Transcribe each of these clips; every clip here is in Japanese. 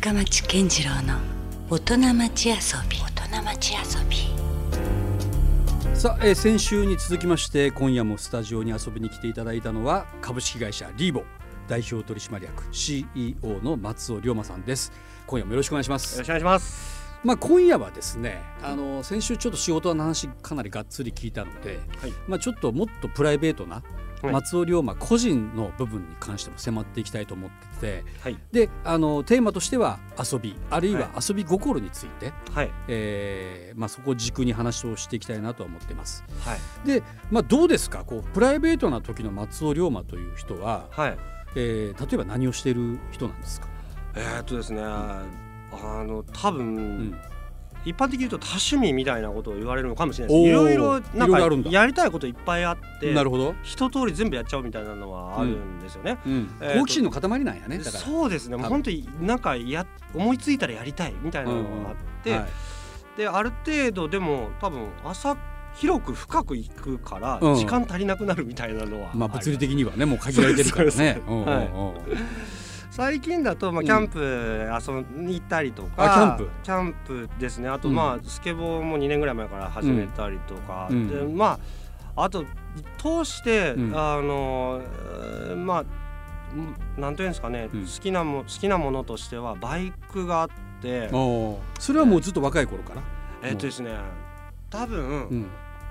深町健次郎の大人町遊び。 さあ、先週に続きまして今夜もスタジオに遊びに来ていただいたのは株式会社リーボ代表取締役 CEO の松尾龍馬さんです。今夜もよろしくお願いします。 よろしくお願いします。 今夜はですね、先週ちょっと仕事の話かなりがっつり聞いたので、ちょっともっとプライベートな松尾龍馬個人の部分に関しても迫っていきたいと思ってて、でテーマとしては遊びあるいは遊び心について、そこを軸に話をしていきたいなとは思っています。で、どうですか、こうプライベートな時の松尾龍馬という人は、例えば何をしている人なんですか？ ですね、多分、一般的に言うと多趣味みたいなことを言われるのかもしれないです。いろいろなんかやりたいこといっぱいあって、 なるほど、 一通り全部やっちゃおうみたいなのはあるんですよね。 好奇心の塊なんやね。だからそうですね、もう本当になんか思いついたらやりたいみたいなのがあって、である程度でも多分広く深く行くから時間足りなくなるみたいなのは、 物理的にはねもう限られてるからね。 最近だとキャンプ遊びに行ったりとか、キャンプですね。あとスケボーも2年ぐらい前から始めたりとか、であと通してなんていうんですかね、好きなものとしてはバイクがあって。 それはもうずっと若い頃から？ ですね、多分、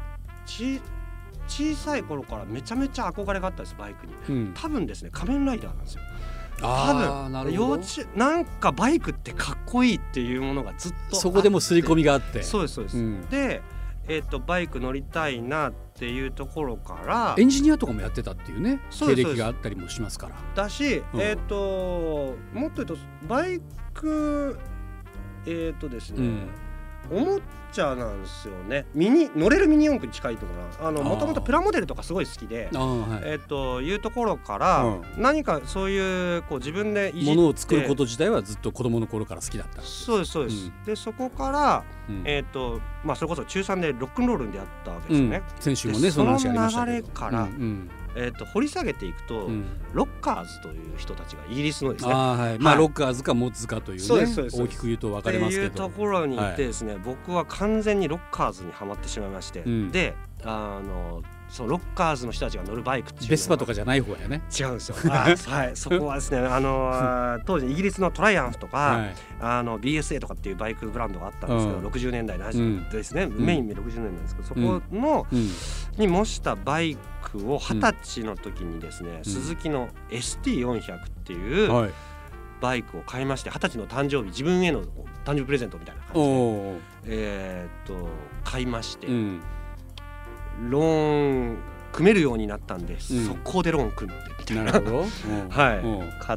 小さい頃からめちゃめちゃ憧れがあったんです、バイクに。多分ですね、仮面ライダーなんですよ。多分なんかバイクってかっこいいっていうものがずっとそこでも刷り込みがあって。 そうです、で、バイク乗りたいなっていうところからエンジニアとかもやってたっていうね経歴があったりもしますからだし、もっと言うとバイクですね、おもちゃなんですよね。乗れるミニ四駆に近いところな。もともとプラモデルとかすごい好きで、いうところから、何かそういう自分でいじって物を作ること自体はずっと子供の頃から好きだった。 そうです。でそこから、それこそ中3でロックンロールに出会ったわけですよね。 先週もねその話ありましたけど、 その流れから、掘り下げていくと、ロッカーズという人たちがイギリスのですね、ロッカーズかモッズかというね、大きく言うと分かりますけどっていうところに行ってですね、僕は完全にロッカーズにはまってしまいまして、でそのロッカーズの人たちが乗るバイクっていうのはベスパとかじゃない方やね。 違うんですよ。そこはですね、当時イギリスのトライアンフとか、BSA とかっていうバイクブランドがあったんですけど、60年代の初めですね、メインで60年代ですけど、そこの、に模したバイクを20歳の時にですね、鈴木の ST400 っていうバイクを買いまして、20歳の誕生日、自分への誕生日プレゼントみたいな感じで買いまして、ローン組めるようになったんで、速攻でローン組んでみたいな。 なるほど。 買って、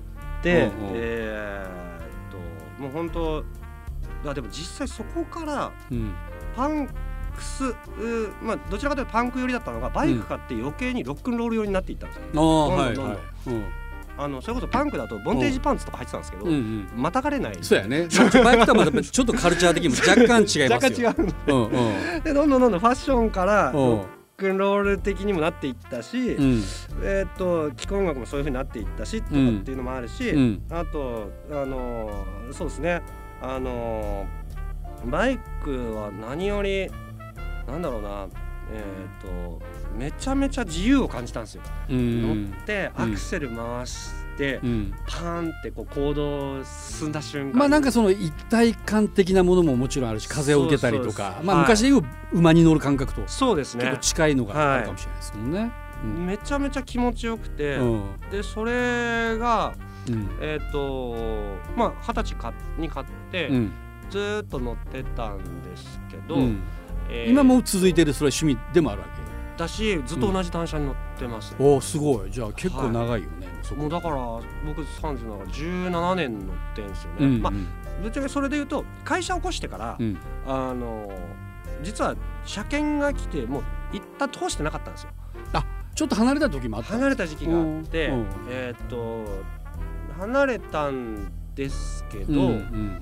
もう本当でも実際そこから、パンクス、どちらかというとパンク寄りだったのが、バイク買って余計にロックンロール寄りになっていったんですよ。どんどんそれこそパンクだとボンテージパンツとか入ってたんですけど、またがれない。 そうやね。バイクとはまたちょっとカルチャー的にも若干違いますよ。 でどんどんファッションからロックンロール的にもなっていったし、聴く音楽もそういう風になっていったしとかっていうのもあるし、あとそうですね、バイクは何よりなんだろうな、めちゃめちゃ自由を感じたんですよ。乗ってアクセル回して、パーンって行動進んだ瞬間、 なんかその一体感的なものももちろんあるし、風を受けたりとか、昔でいう馬に乗る感覚とそうですね、 結構近いのがあるかもしれないですもんね。 めちゃめちゃ気持ちよくて、でそれが20歳に買って、ずっと乗ってたんですけど、 今も続いてる、それは趣味でもあるわけだし、ずっと同じ単車に乗ってます。 すごい。じゃあ結構長いよね。 もうだから僕17年乗ってんですよね。ぶっちゃけそれで言うと、会社を起こしてから、実は車検が来てもう一旦通してなかったんですよ。 ちょっと離れた時もあった。 離れた時期があって、離れたんですけど、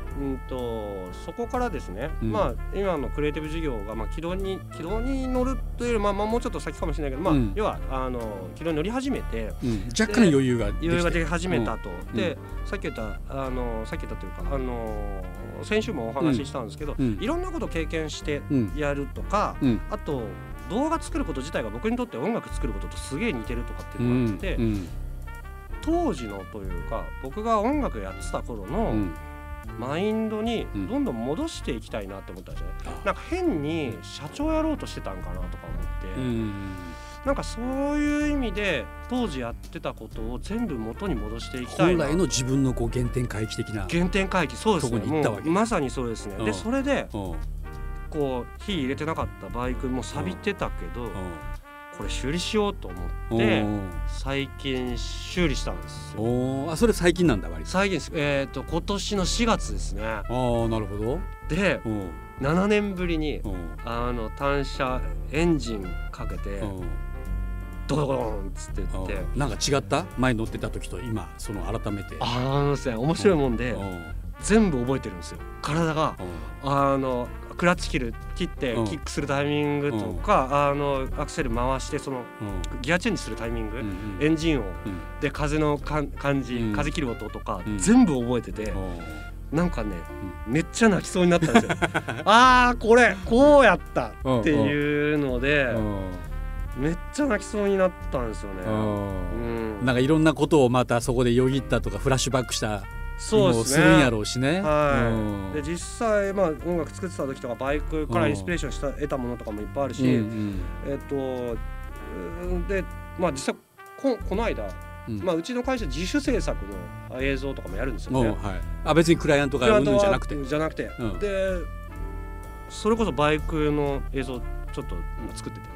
そこからですね、 うんまあ今のクリエイティブ事業が軌道に乗るというよりもうちょっと先かもしれないけど、 うん要は軌道に乗り始めて、 若干余裕が出始めたと、でさっき言ったというか先週もお話ししたんですけど、いろんなことを経験してやるとか、あと動画作ること自体が僕にとって音楽作ることとすげえ似てるとかっていうのがあって、当時のというか僕が音楽やってた頃のマインドにどんどん戻していきたいなって思ったんですよね。なんか変に社長やろうとしてたんかなとか思って、なんかそういう意味で当時やってたことを全部元に戻していきたいな。 本来の自分の原点回帰的な原点回帰、そうですね、 もうまさにそうですね。でそれでこう火入れてなかったバイクも錆びてたけど、これ修理しようと思って最近修理したんですよ。 それ最近なんだ割と。 最近です。今年の4月ですね。 なるほど。 で7年ぶりに単車エンジンかけてドドーンっつって言って、 なんか違った前乗ってた時と今その改めてですね、面白いもんで全部覚えてるんですよ。体がクラッチ切ってキックするタイミングとかアクセル回してそのギアチェンジするタイミング、エンジン音で風の感じ、風切る音とか全部覚えてて、なんかねめっちゃ泣きそうになったんですよ。これこうやったっていうのでめっちゃ泣きそうになったんですよね。 なんかいろんなことをまたそこでよぎったとかフラッシュバックしたそうですね、するんやろうしね。 で実際音楽作ってた時とかバイクからインスピレーション得たものとかもいっぱいあるし、で実際この間うちの会社自主制作の映像とかもやるんですよね。 別にクライアントがうんぬんじゃなくてでそれこそバイクの映像ちょっと今作ってて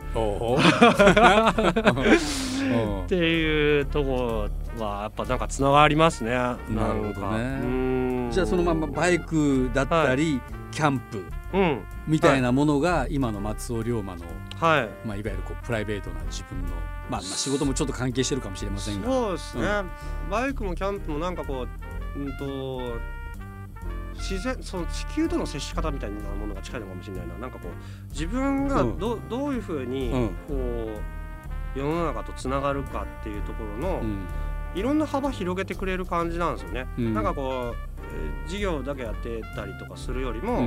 っていうとこはやっぱなんかつながりますね。 なるほどね。じゃあそのままバイクだったり、キャンプみたいなものが今の松尾龍馬の、いわゆるプライベートな自分の、仕事もちょっと関係してるかもしれませんが、 そうですね、バイクもキャンプもなんか自然、その地球との接し方みたいなものが近いのかもしれないな。なんか自分がどういうふうに世の中とつながるかっていうところの、いろんな幅広げてくれる感じなんですよね。なんか事業だけやってたりとかするよりも、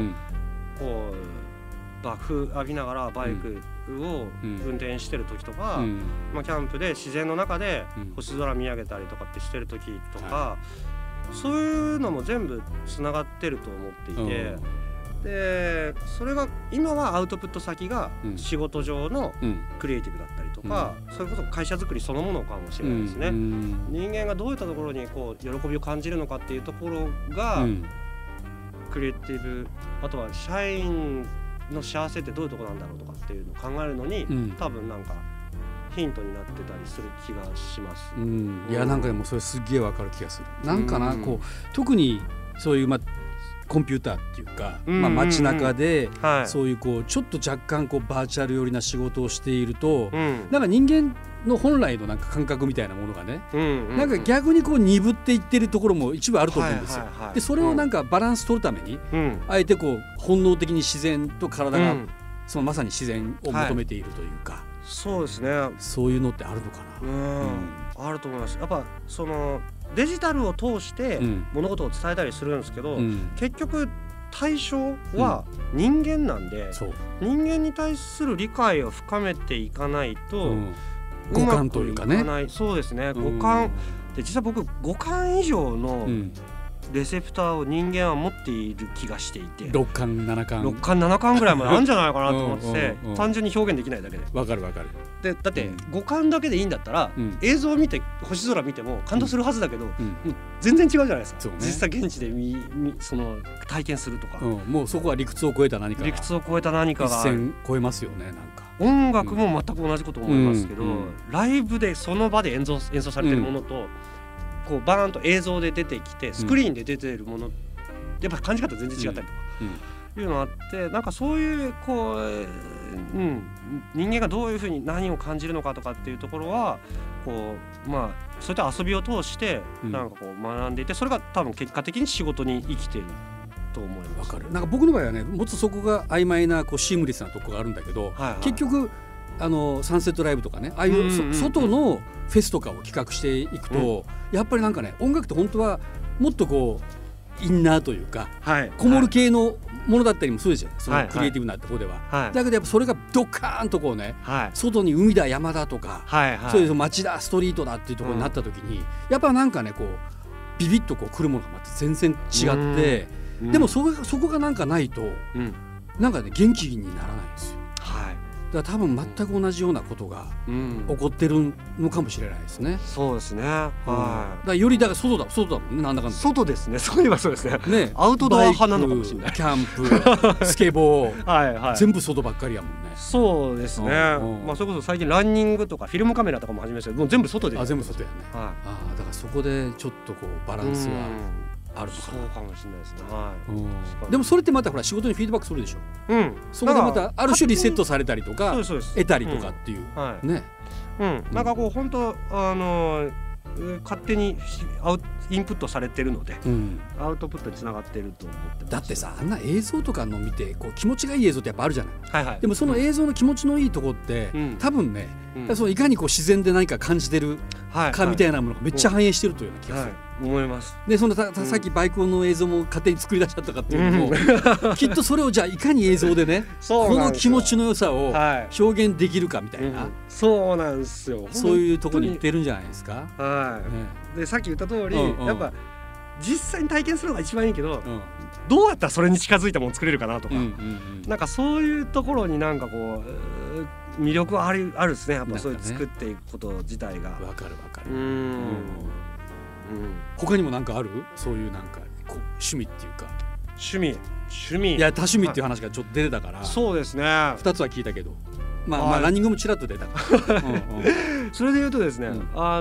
爆風浴びながらバイクを運転してる時とか、キャンプで自然の中で星空見上げたりとかってしてる時とか、そういうのも全部つながってると思っていて、でそれが今はアウトプット先が仕事上のクリエイティブだったりとか、それこそ会社作りそのものかもしれないですね。人間がどういったところに喜びを感じるのかっていうところがクリエイティブ、あとは社員の幸せってどういうところなんだろうとかっていうのを考えるのに、多分なんかヒントになってたりする気がします。 いやなんかでもそれすっげえわかる気がする。なんかな、特にそういうコンピューターっていうか、街中でそういうちょっと若干バーチャル寄りな仕事をしていると、なんか人間の本来のなんか感覚みたいなものがね、なんか逆に鈍っていってるところも一部あると思うんですよ。でそれをなんかバランス取るために、あえて本能的に自然と体がそのまさに自然を求めているというか、 そうですね。 そういうのってあるのかな。 あると思います。やっぱそのデジタルを通して物事を伝えたりするんですけど、結局対象は人間なんで、人間に対する理解を深めていかないと、 五感というかね。 そうですね。五感で実際僕五感以上のレセプターを人間は持っている気がしていて、 6巻7巻 6巻7巻ぐらいまであるんじゃないかなと思ってて単純に表現できないだけで。 わかるわかる。 でだって五感だけでいいんだったら、映像を見て星空見ても感動するはずだけど、もう全然違うじゃないですか。実際現地でその体験するとか、 もうそこは理屈を超えた何かが、 理屈を超えた何かが一線超えますよね。なんか音楽も全く同じこと思いますけど、ライブでその場で演奏されてるものと、バーンと映像で出てきてスクリーンで出てるもの、やっぱ感じ方全然違ったりとか、いうのあって、なんかそういう人間がどういうふうに何を感じるのかとかっていうところはそういった遊びを通してなんか学んでいて、それが多分結果的に仕事に生きてると思います。 わかる。なんか僕の場合はね、もっとそこが曖昧なこうシームレスなとこがあるんだけど、はいはい、結局サンセットライブとかね、ああいう外のフェスとかを企画していくと、やっぱりなんかね、音楽って本当はもっとこうインナーというか、はい、こもる系のものだったりもするじゃん、そのクリエイティブなところでは、はい、だけどやっぱそれがドカーンとこうね、はい、外に海だ山だとか、はいはい、そういう街だストリートだっていうところになった時に、やっぱなんかねこうビビッとこう来るものがまた全然違って、でもそこがなんかないと、なんかね元気にならないんですよ。だから多分全く同じようなことが起こってるのかもしれないですね。 そうですね。はい。だからよりだから外だもんね、なんだかんだ。 外ですね。そういえばそうですね。ね、アウトドア派なのかもしれない。 キャンプ、スケボー、はいはい、全部外ばっかりやもんね。 そうですね。まあそれこそ最近ランニングとかフィルムカメラとかも始めましたけど、もう全部外で。 全部外やね。はい。だからそこでちょっとこうバランスがあるのかな。 そうかもしれないですね。はい。 でもそれってまたほら仕事にフィードバックするでしょ。うん。そこでまたある種リセットされたりとか得たりとかっていうね。 うん。なんかこう本当勝手にインプットされてるので、アウトプットにつながってると思ってます。 だってさ、あんな映像とかの見てこう気持ちがいい映像ってやっぱあるじゃない。はいはい。でもその映像の気持ちのいいとこって、多分ね、そのいかにこう自然で何か感じてるかみたいなものがめっちゃ反映してるというような気がする。 思います。 でそのさっきバイクの映像も勝手に作り出しちゃったかっていうのも、きっとそれをじゃあいかに映像でねこの気持ちの良さを表現できるかみたいな、 そうなんですよ。 そういうところに行ってるんじゃないですか。 はい。でさっき言った通り、やっぱ実際に体験するのが一番いいけど、どうやったらそれに近づいたものを作れるかなとか、なんかそういうところになんかこう魅力はあるですね。やっぱそういう作っていくこと自体が。 わかる。他にもなんかある？そういうなんかこう趣味っていうか。 趣味。 いや多趣味っていう話がちょっと出てたから。 そうですね。 2つは聞いたけど、まあランニングもちらっと出たから。 それで言うとですね、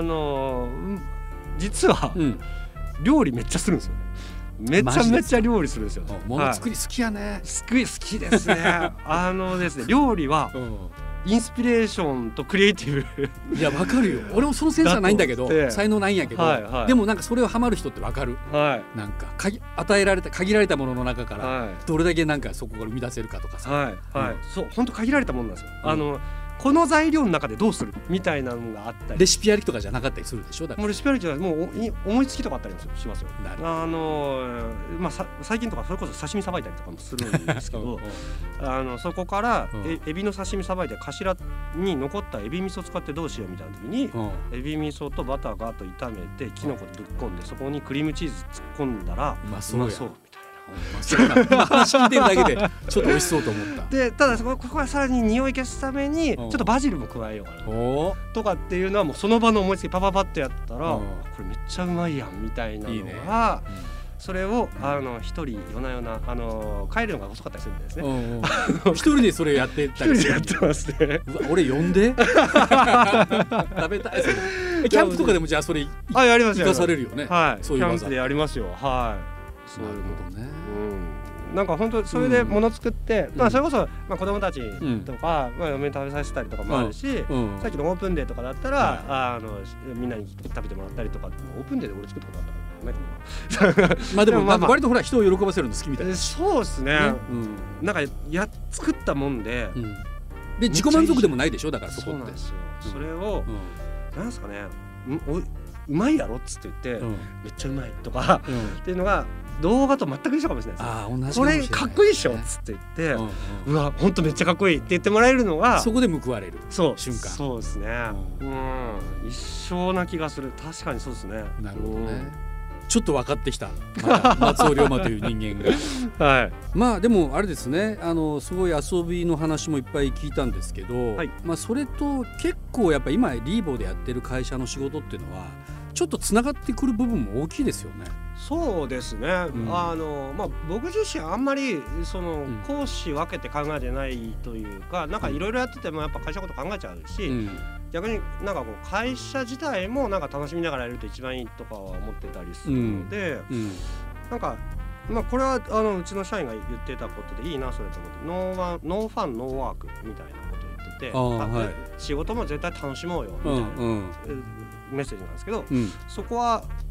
実は料理めっちゃするんですよ。めちゃめちゃ料理するんですよ。 物作り好きやね。 好きですね。ですね、料理はインスピレーションとクリエイティブ。いやわかるよ。俺もそのセンスはないんだけど、才能ないんやけど、でもなんかそれをハマる人ってわかる。なんか与えられた限られたものの中からどれだけなんかそこから生み出せるかとかさ。 そう本当限られたものなんですよ。この材料の中でどうするみたいなのがあったり、 レシピありとかじゃなかったりするでしょ。だからもうレシピありじゃない、もう思いつきとかあったりしますよ。最近とかそれこそ刺身さばいたりとかもするんですけどそこからエビの刺身さばいて頭に残ったエビ味噌使ってどうしようみたいな時に、エビ味噌とバターガーッと炒めてキノコぶっ込んで、そこにクリームチーズ突っ込んだらうまそう。 話聞いてるだけでちょっと美味しそうと思った。 でただここはさらに匂い消すためにちょっとバジルも加えようかなとかっていうのはもうその場の思いつきパパパッとやったらこれめっちゃうまいやんみたいなのが、それを一人夜な夜な帰るのが遅かったりするんですね。 一人でそれやってたりする。 一人でやってますね。 俺呼んで食べたい。キャンプとかでもじゃあそれ生かされるよね。 はい、キャンプでやりますよ。はい。そういうことね。なんか本当それで物作って、それこそ子供たちとか嫁に食べさせたりとかもあるし、さっきのオープンデーとかだったらみんなに食べてもらったりとか、オープンデーで俺作ったことあったからないかな。 まあでも割とほら人を喜ばせるの好きみたいな。 そうですね。なんか作ったもんで自己満足でもないでしょ。だからそこって。そうなんですよ。 それをなんですかね、うまいやろっつって言って、めっちゃうまいとかっていうのが動画と全く一緒かもしれないです。これかっこいいっしょっつって言って、うわほんとめっちゃかっこいいって言ってもらえるのがそこで報われる瞬間。 そうですね。一生な気がする。確かにそうですね。 なるほどね。ちょっと分かってきた、松尾龍馬という人間が。はい。まあでもあれですね、すごい遊びの話もいっぱい聞いたんですけど、それと結構やっぱ今リーボーでやってる会社の仕事っていうのはちょっとつながってくる部分も大きいですよね。 そうですね。僕自身あんまりその講師分けて考えてないというか、なんかいろいろやっててもやっぱ会社のこと考えちゃうし、逆になんかこう会社自体もなんか楽しみながらやると一番いいとかは思ってたりするので、なんかこれはうちの社員が言ってたことでいいなそれと思って、ノーファンノーワークみたいなことを言ってて、仕事も絶対楽しもうよみたいなメッセージなんですけど、そこは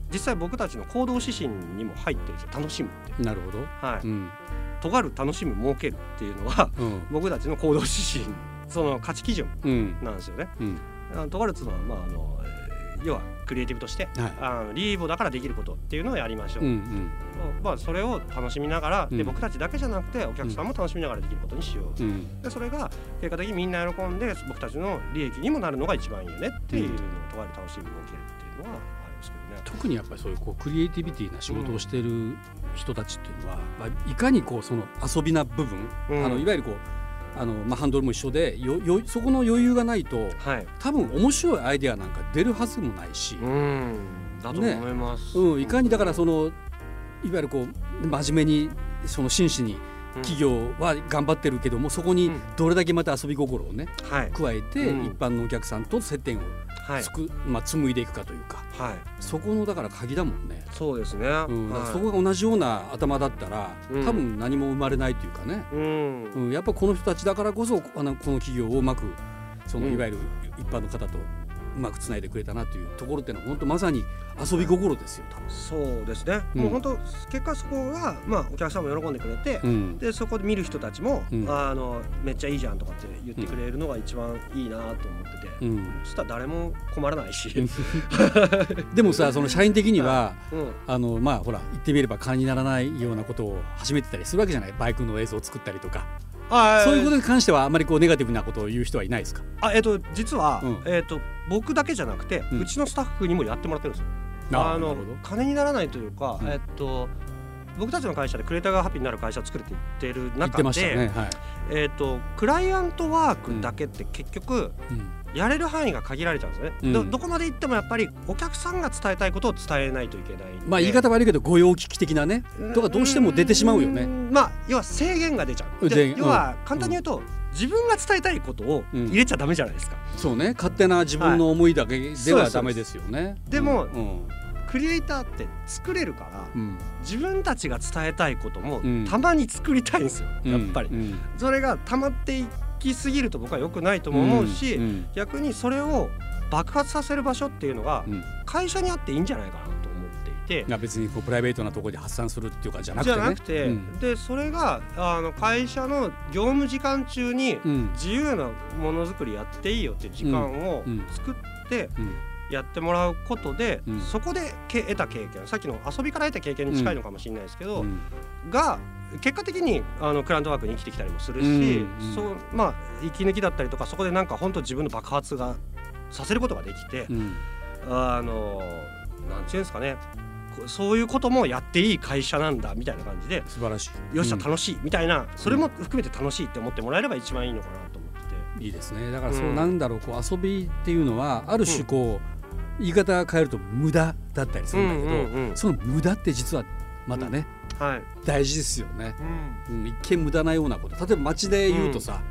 実際僕たちの行動指針にも入ってるんですよ、楽しむって。 なるほど。 はい、 うん、 尖る、楽しむ、儲けるっていうのは、 うん、 僕たちの行動指針、その価値基準なんですよね。尖るっていうのは、要はクリエイティブとして、はい、リーボだからできることっていうのをやりましょう、それを楽しみながら、で僕たちだけじゃなくてお客さんも楽しみながらできることにしよう、でそれが結果的にみんな喜んで僕たちの利益にもなるのが一番いいよねっていうのを尖る、楽しみ、儲けるっていうのはありますけどね。 特にやっぱりそういうクリエイティビティな仕事をしている人たちっていうのは、いかにその遊びな部分、いわゆるハンドルも一緒でそこの余裕がないと、はい、多分面白いアイデアなんか出るはずもないし、 だと思います、 いかにだからいわゆる真面目に真摯に企業は頑張ってるけども、そこにどれだけまた遊び心をね、加えて一般のお客さんと接点を紡いでいくかというか、そこのだから鍵だもんね。 そうですね、 そこが同じような頭だったら多分何も生まれないというかね、やっぱこの人たちだからこそこの企業をうまくいわゆる一般の方とうまくつないでくれたなというところっていうのは本当まさに遊び心ですよ。 そうですね、もう本当結果そこが、お客さんも喜んでくれて、でそこで見る人たちも、めっちゃいいじゃんとかって言ってくれるのが一番いいなと思ってて、そしたら誰も困らないしでもさ、その社員的には、ほら言ってみれば金にならないようなことを始めてたりするわけじゃない。バイクの映像を作ったりとか、そういうことに関してはあんまりネガティブなことを言う人はいないですか？ 実は、僕だけじゃなくて、うちのスタッフにもやってもらってるんですよ。金にならないというか、僕たちの会社でクリエイターがハッピーになる会社を作るって言ってる中で、クライアントワークだけって結局、やれる範囲が限られちゃうんですね、どこまで行ってもやっぱりお客さんが伝えたいことを伝えないといけない。言い方悪いけど御用聞き的なねとかどうしても出てしまうよね。 要は制限が出ちゃう。要は簡単に言うと、自分が伝えたいことを入れちゃダメじゃないですか。 そうね、勝手な自分の思いだけではダメですよね。 でも、クリエイターって作れるから、自分たちが伝えたいこともたまに作りたいんですよ、やっぱり、それが溜まっていきすぎると僕は良くないとも思うし、逆にそれを爆発させる場所っていうのが会社にあっていいんじゃないかなと思っていて、 別にプライベートなところで発散するっていうかじゃなくてね、 でそれが会社の業務時間中に自由なものづくりやっていいよっていう時間を作ってやってもらうことで、そこで得た経験、さっきの遊びから得た経験に近いのかもしれないですけど、が結果的にクライアントワークに生きてきたりもするし、息抜きだったりとか、そこでなんか本当自分の爆発がさせることができて、なんていうんですかね、そういうこともやっていい会社なんだみたいな感じで、 素晴らしい、 よっしゃ楽しいみたいな、それも含めて楽しいって思ってもらえれば一番いいのかなと思ってて。 いいですね。だからそうなんだろう、遊びっていうのはある種言い方変えると無駄だったりするんだけど、その無駄って実はまたね、大事ですよね。一見無駄なようなこと、例えば街で言うとさ、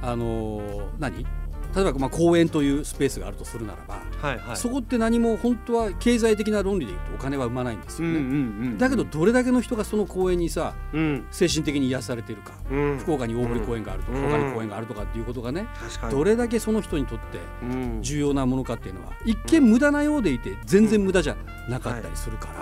例えば公園というスペースがあるとするならば、そこって何も本当は経済的な論理で言うとお金は生まないんですよね。だけどどれだけの人がその公園にさ、精神的に癒されているか、福岡に大堀公園があるとか、他に公園があるとかっていうことがね、どれだけその人にとって重要なものかっていうのは一見無駄なようでいて全然無駄じゃなかったりするから、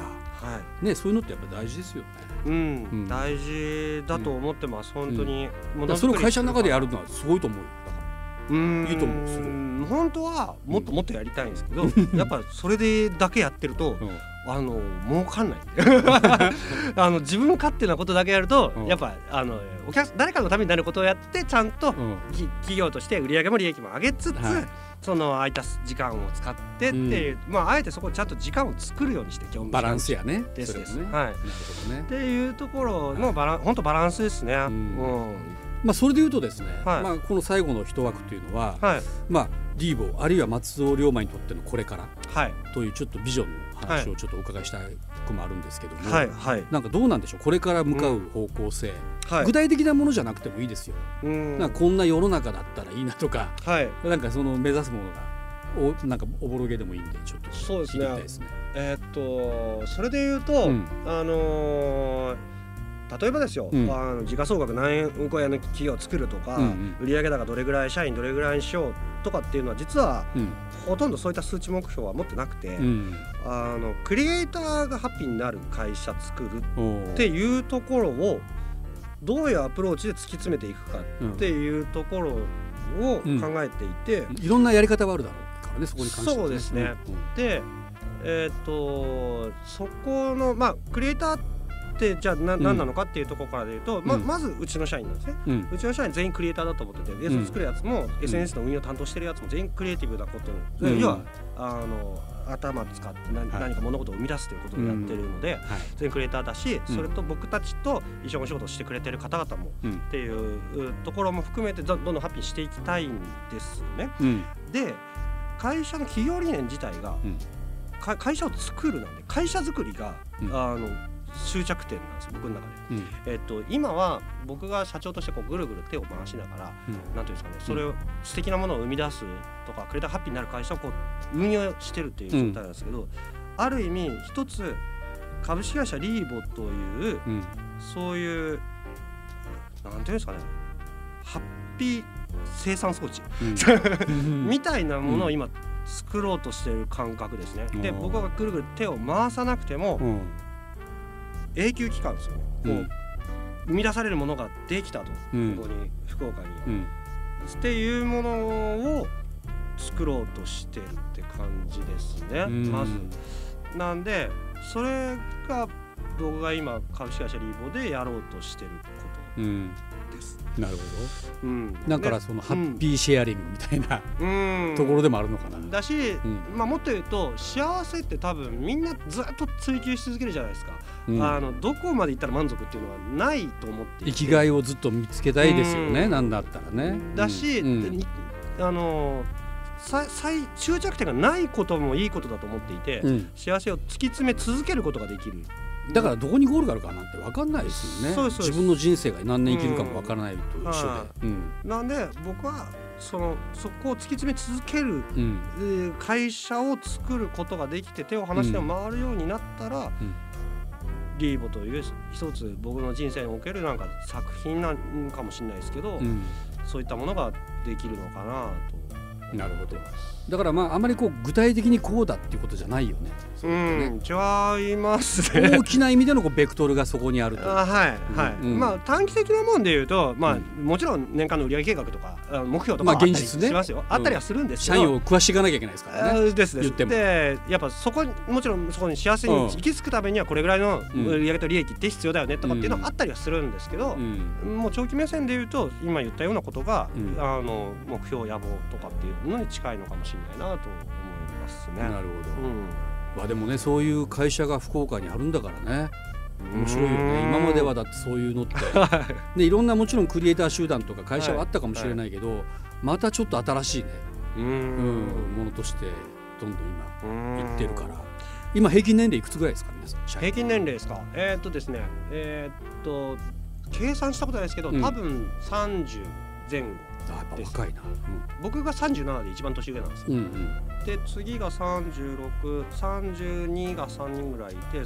そういうのってやっぱ大事ですよね。 大事だと思ってます、本当に。 それを会社の中でやるのはすごいと思うよ。いいと思う。すごい本当はもっともっとやりたいんですけど、やっぱそれでだけやってると儲かんない自分勝手なことだけやると、やっぱ誰かのためになることをやって、ちゃんと企業として売上も利益も上げつつ、その空いた時間を使ってっていう、あえてそこちゃんと時間を作るようにして、業務バランスやね。 ですね。っていうところの本当バランスですね。 それでいうとですね、この最後の一枠というのは、リーボあるいは松尾龍馬にとってのこれからというちょっとビジョンの話をちょっとお伺いしたいこともあるんですけども、なんかどうなんでしょう、これから向かう方向性、具体的なものじゃなくてもいいですよ。なんかこんな世の中だったらいいなとか、なんかその目指すものがなんかおぼろげでもいいんで、ちょっと聞いてみたいですね。 それでいうと、 例えばですよ、時価総額何億円の企業を作るとか、売上高どれぐらい、社員どれぐらいにしようとかっていうのは実は、ほとんどそういった数値目標は持ってなくて、クリエイターがハッピーになる会社作るっていうところをどういうアプローチで突き詰めていくかっていうところを考えていて、 いろんなやり方はあるだろうからね、そこに関しては。 そうですね、で、そこのクリエイターってじゃあ何なのかっていうところからでいうと、まずうちの社員なんですね、うちの社員全員クリエイターだと思ってて、作るやつも SNS の運用を担当してるやつも全員クリエイティブなことを、要は頭使って何か物事を生み出すということをやってるので、全員クリエイターだし、それと僕たちと一緒にお仕事をしてくれてる方々もっていうところも含めてどんどんハッピーにしていきたいんですよね。で、会社の企業理念自体が、会社を作るなんで、会社作りが、終着点なんです、僕の中で。今は僕が社長としてぐるぐる手を回しながら、なんていうんですかね、それを素敵なものを生み出すとか、クリエイターハッピーになる会社を運用してるっていう状態なんですけど、ある意味一つ株式会社リーボという、そういうなんていうんですかね、ハッピー生産装置、みたいなものを今作ろうとしている感覚ですね。で、僕がぐるぐる手を回さなくても、永久期間ですよね、生み出されるものができたと、ここに福岡に、っていうものを作ろうとしてるって感じですね、まず。なんでそれが僕が今株式会社リーボでやろうとしてることです。 なるほど、だからそのハッピーシェアリングみたいな、ところでもあるのかな。 だし、もっと言うと幸せって多分みんなずっと追求し続けるじゃないですか。どこまで行ったら満足っていうのはないと思っていて、 生きがいをずっと見つけたいですよね、なんだったらね。 だし、終着点がないこともいいことだと思っていて、幸せを突き詰め続けることができる。 だからどこにゴールがあるかなんて分かんないですよね。自分の人生が何年生きるかも分からないと一緒で、 なんで僕はそこを突き詰め続ける、会社を作ることができて、手を離しても回るようになったら、リーボという一つ僕の人生におけるなんか作品なんかもしれないですけど、そういったものができるのかなと。 なるほど。だからあまり具体的にこうだっていうことじゃないよね。 違いますね。 大きな意味でのベクトルがそこにあると。 短期的なもんで言うと、もちろん年間の売上計画とか目標とかあったりしますよ。あったりはするんですけど、 社員を食わしていかなきゃいけないですからね。 で、やっぱもちろんそこに幸せに行き着くためにはこれぐらいの売上と利益って必要だよねとかっていうのはあったりはするんですけど、もう長期目線で言うと今言ったようなことが目標野望とかっていうのに近いのかもしれないなと思いますね。 なるほど。でもね、そういう会社が福岡にあるんだからね、面白いよね。今まではだってそういうのってで、いろんなもちろんクリエイター集団とか会社はあったかもしれないけど、またちょっと新しいねものとしてどんどん今いってるから。今平均年齢いくつぐらいですか、皆さん。 平均年齢ですか。ですね、計算したことないですけど、多分30前後。 やっぱ若いな。 僕が37で一番年上なんですよ。で、次が36、32が3人ぐらいいて、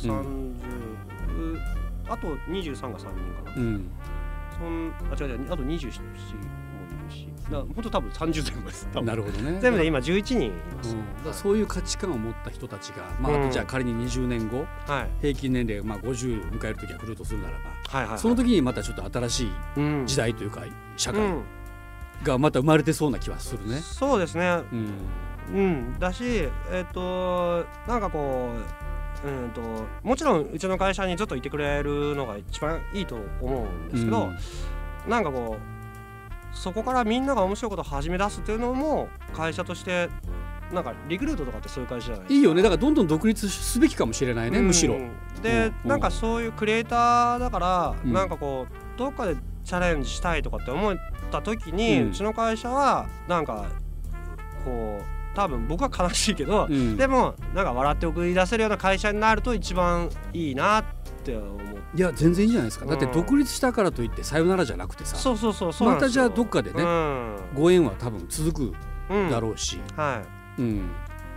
あと23が3人かな。違う、あと27もいるし、本当多分30前後です。 なるほどね。 全部で今11人います。 そういう価値観を持った人たちが、あとじゃあ仮に20年後、平均年齢50迎える時が来るとするならば、その時にまたちょっと新しい時代というか社会がまた生まれてそうな気はするね。 そうですね。だし、なんかもちろんうちの会社にずっといてくれるのが一番いいと思うんですけど、なんかそこからみんなが面白いことを始め出すっていうのも会社としてなんかリクルートとかってそういう会社じゃないですか。 いいよね。だからどんどん独立すべきかもしれないね、むしろ。 で、なんかそういうクリエイターだから、なんかどっかでチャレンジしたいとかって思った時に、うちの会社はなんか多分僕は悲しいけど、でもなんか笑って送り出せるような会社になると一番いいなって思う。 いや、全然いいじゃないですか。だって独立したからといってさよならじゃなくてさ、またじゃあどっかでね、ご縁は多分続くだろうし、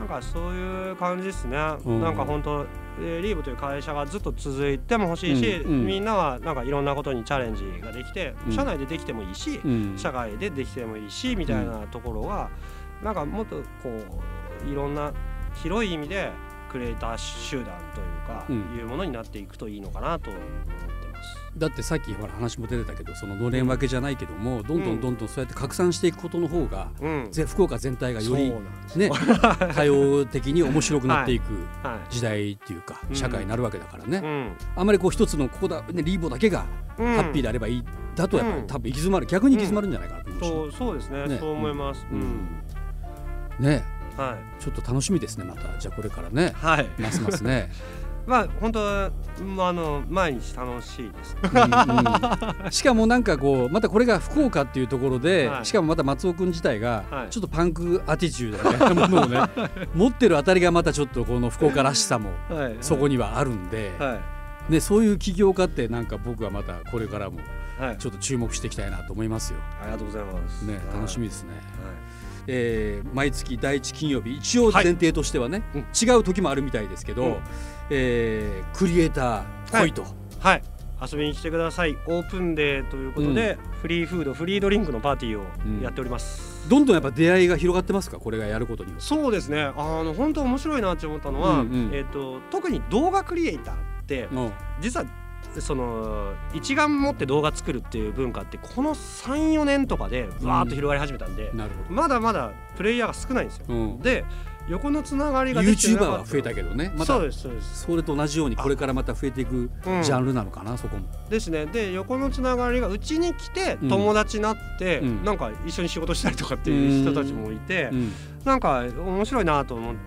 なんかそういう感じですね、なんか本当リーブという会社がずっと続いても欲しいし、みんなはなんかいろんなことにチャレンジができて、社内でできてもいいし、社外でできてもいいしみたいなところがなんかもっとこういろんな広い意味でクリエイター集団というか、いうものになっていくといいのかなと思ってます。 だってさっきほら話も出てたけど、そののれん分けじゃないけども、どんどんそうやって拡散していくことの方が、福岡全体がよりね多様的に面白くなっていく時代っていうか、社会になるわけだからね、あんまりこう一つのここだ、ね、リーボだけがハッピーであればいいだとやっぱり多分行き詰まる、逆に行き詰まるんじゃないかなと思うし、 そうですね、そう思います。 ね、ちょっと楽しみですね。またじゃあこれからね、ますますねまあ本当は毎日楽しいです、 しかもなんかこうまたこれが福岡っていうところで、しかもまた松尾くん自体がちょっとパンクアティチュードみたいなものをね持ってるあたりがまたちょっとこの福岡らしさもそこにはあるんで、ね、そういう起業家ってなんか僕はまたこれからもちょっと注目していきたいなと思いますよ。 ありがとうございますね、楽しみですね。毎月第1金曜日、一応前提としてはね、違う時もあるみたいですけど、クリエイター来いと、 遊びに来てください。オープンデーということで、フリーフードフリードリンクのパーティーをやっております。 どんどんやっぱ出会いが広がってますか、これがやることによって。 そうですね、本当面白いなって思ったのは、特に動画クリエイターって実はその一眼持って動画作るっていう文化ってこの 3,4 年とかでわーっと広がり始めたんで、まだまだプレイヤーが少ないんですよ。で横のつながりができてなかった。 YouTuber は増えたけどね、またそうですそうです。 それと同じようにこれからまた増えていくジャンルなのかな、そこもですね。で横のつながりがうちに来て友達になって、なんか一緒に仕事したりとかっていう人たちもいて、なんか面白いなと思って、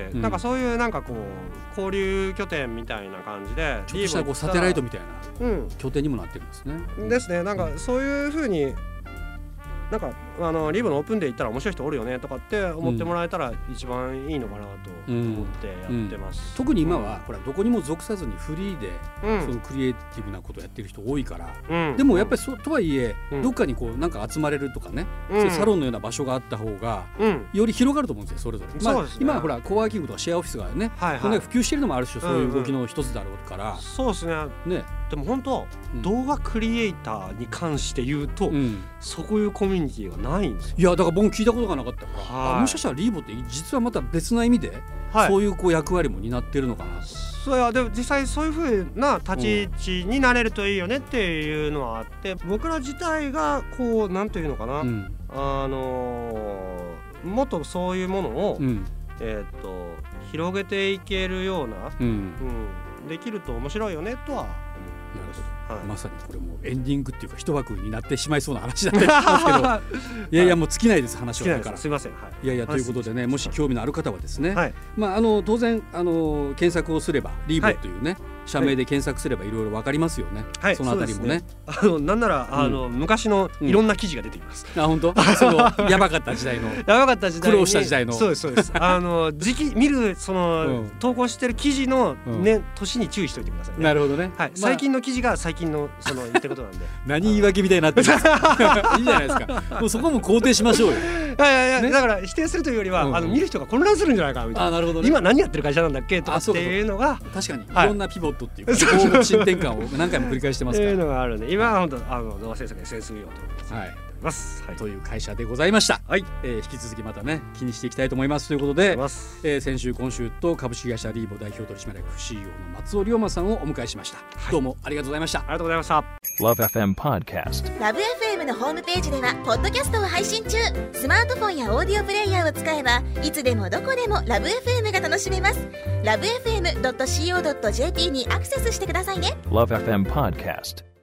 なんかそういうなんかこう交流拠点みたいな感じでちょっとしたこうサテライトみたいな拠点にもなってるんですね。 ですね。なんかそういう風になんかリブのオープンデー行ったら面白い人おるよねとかって思ってもらえたら一番いいのかなと思ってやってます。 特に今はほらどこにも属さずにフリーでそのクリエイティブなことをやってる人多いから、でもやっぱりとはいえどっかにこうなんか集まれるとかね、そういうサロンのような場所があった方がより広がると思うんですよ、それぞれ。今はほらコワーキングとかシェアオフィスがね普及してるのもある種そういう動きの一つだろうから。 そうですね。でも本当動画クリエイターに関して言うとそういうコミュニティがないんですよ。 いやだから僕聞いたことがなかったから、もしかしたらリーボって実はまた別な意味でそういうこう役割も担ってるのかなと。 そうや、でも実際そういう風な立ち位置になれるといいよねっていうのはあって、僕ら自体がこうなんていうのかな、もっとそういうものを、広げていけるような、できると面白いよねとは思います。 まさにこれもエンディングっていうか一枠になってしまいそうな話だったりしますけどいやいやもう尽きないです、話は。だからすいません。 いやいやということでね、もし興味のある方はですね、当然検索をすればリーボというね社名で検索すればいろいろ分かりますよね。そのあたりもね。 なんなら昔のいろんな記事が出てきます。 本当？そのやばかった時代の苦労した時代の。 そうですそうです。時期見るその投稿してる記事の年に注意しておいてくださいね。 なるほどね。 最近の記事が最近のその言ってることなんで。 何言い訳みたいになってる。いいじゃないですか。もうそこも肯定しましょうよ。 いやだから否定するというよりは見る人が混乱するんじゃないかなみたいな。 なるほどね。 今何やってる会社なんだっけとかっていうのが確かにいろんなピボットっていうか方針転換を何回も繰り返してますから。 いうのがあるんで、今は本当動画制作に専念ようと思います。 という会社でございました。引き続きまたね気にしていきたいと思いますということで、先週今週と株式会社リーボ代表取締役 CEO の松尾龍馬さんをお迎えしました。どうもありがとうございました。 ありがとうございました。 LoveFM Podcast。LoveFM のホームページではポッドキャストを配信中。スマートフォンやオーディオプレイヤーを使えばいつでもどこでも LoveFM が楽しめます。LoveFM.co.jp にアクセスしてくださいね。 LoveFM Podcast。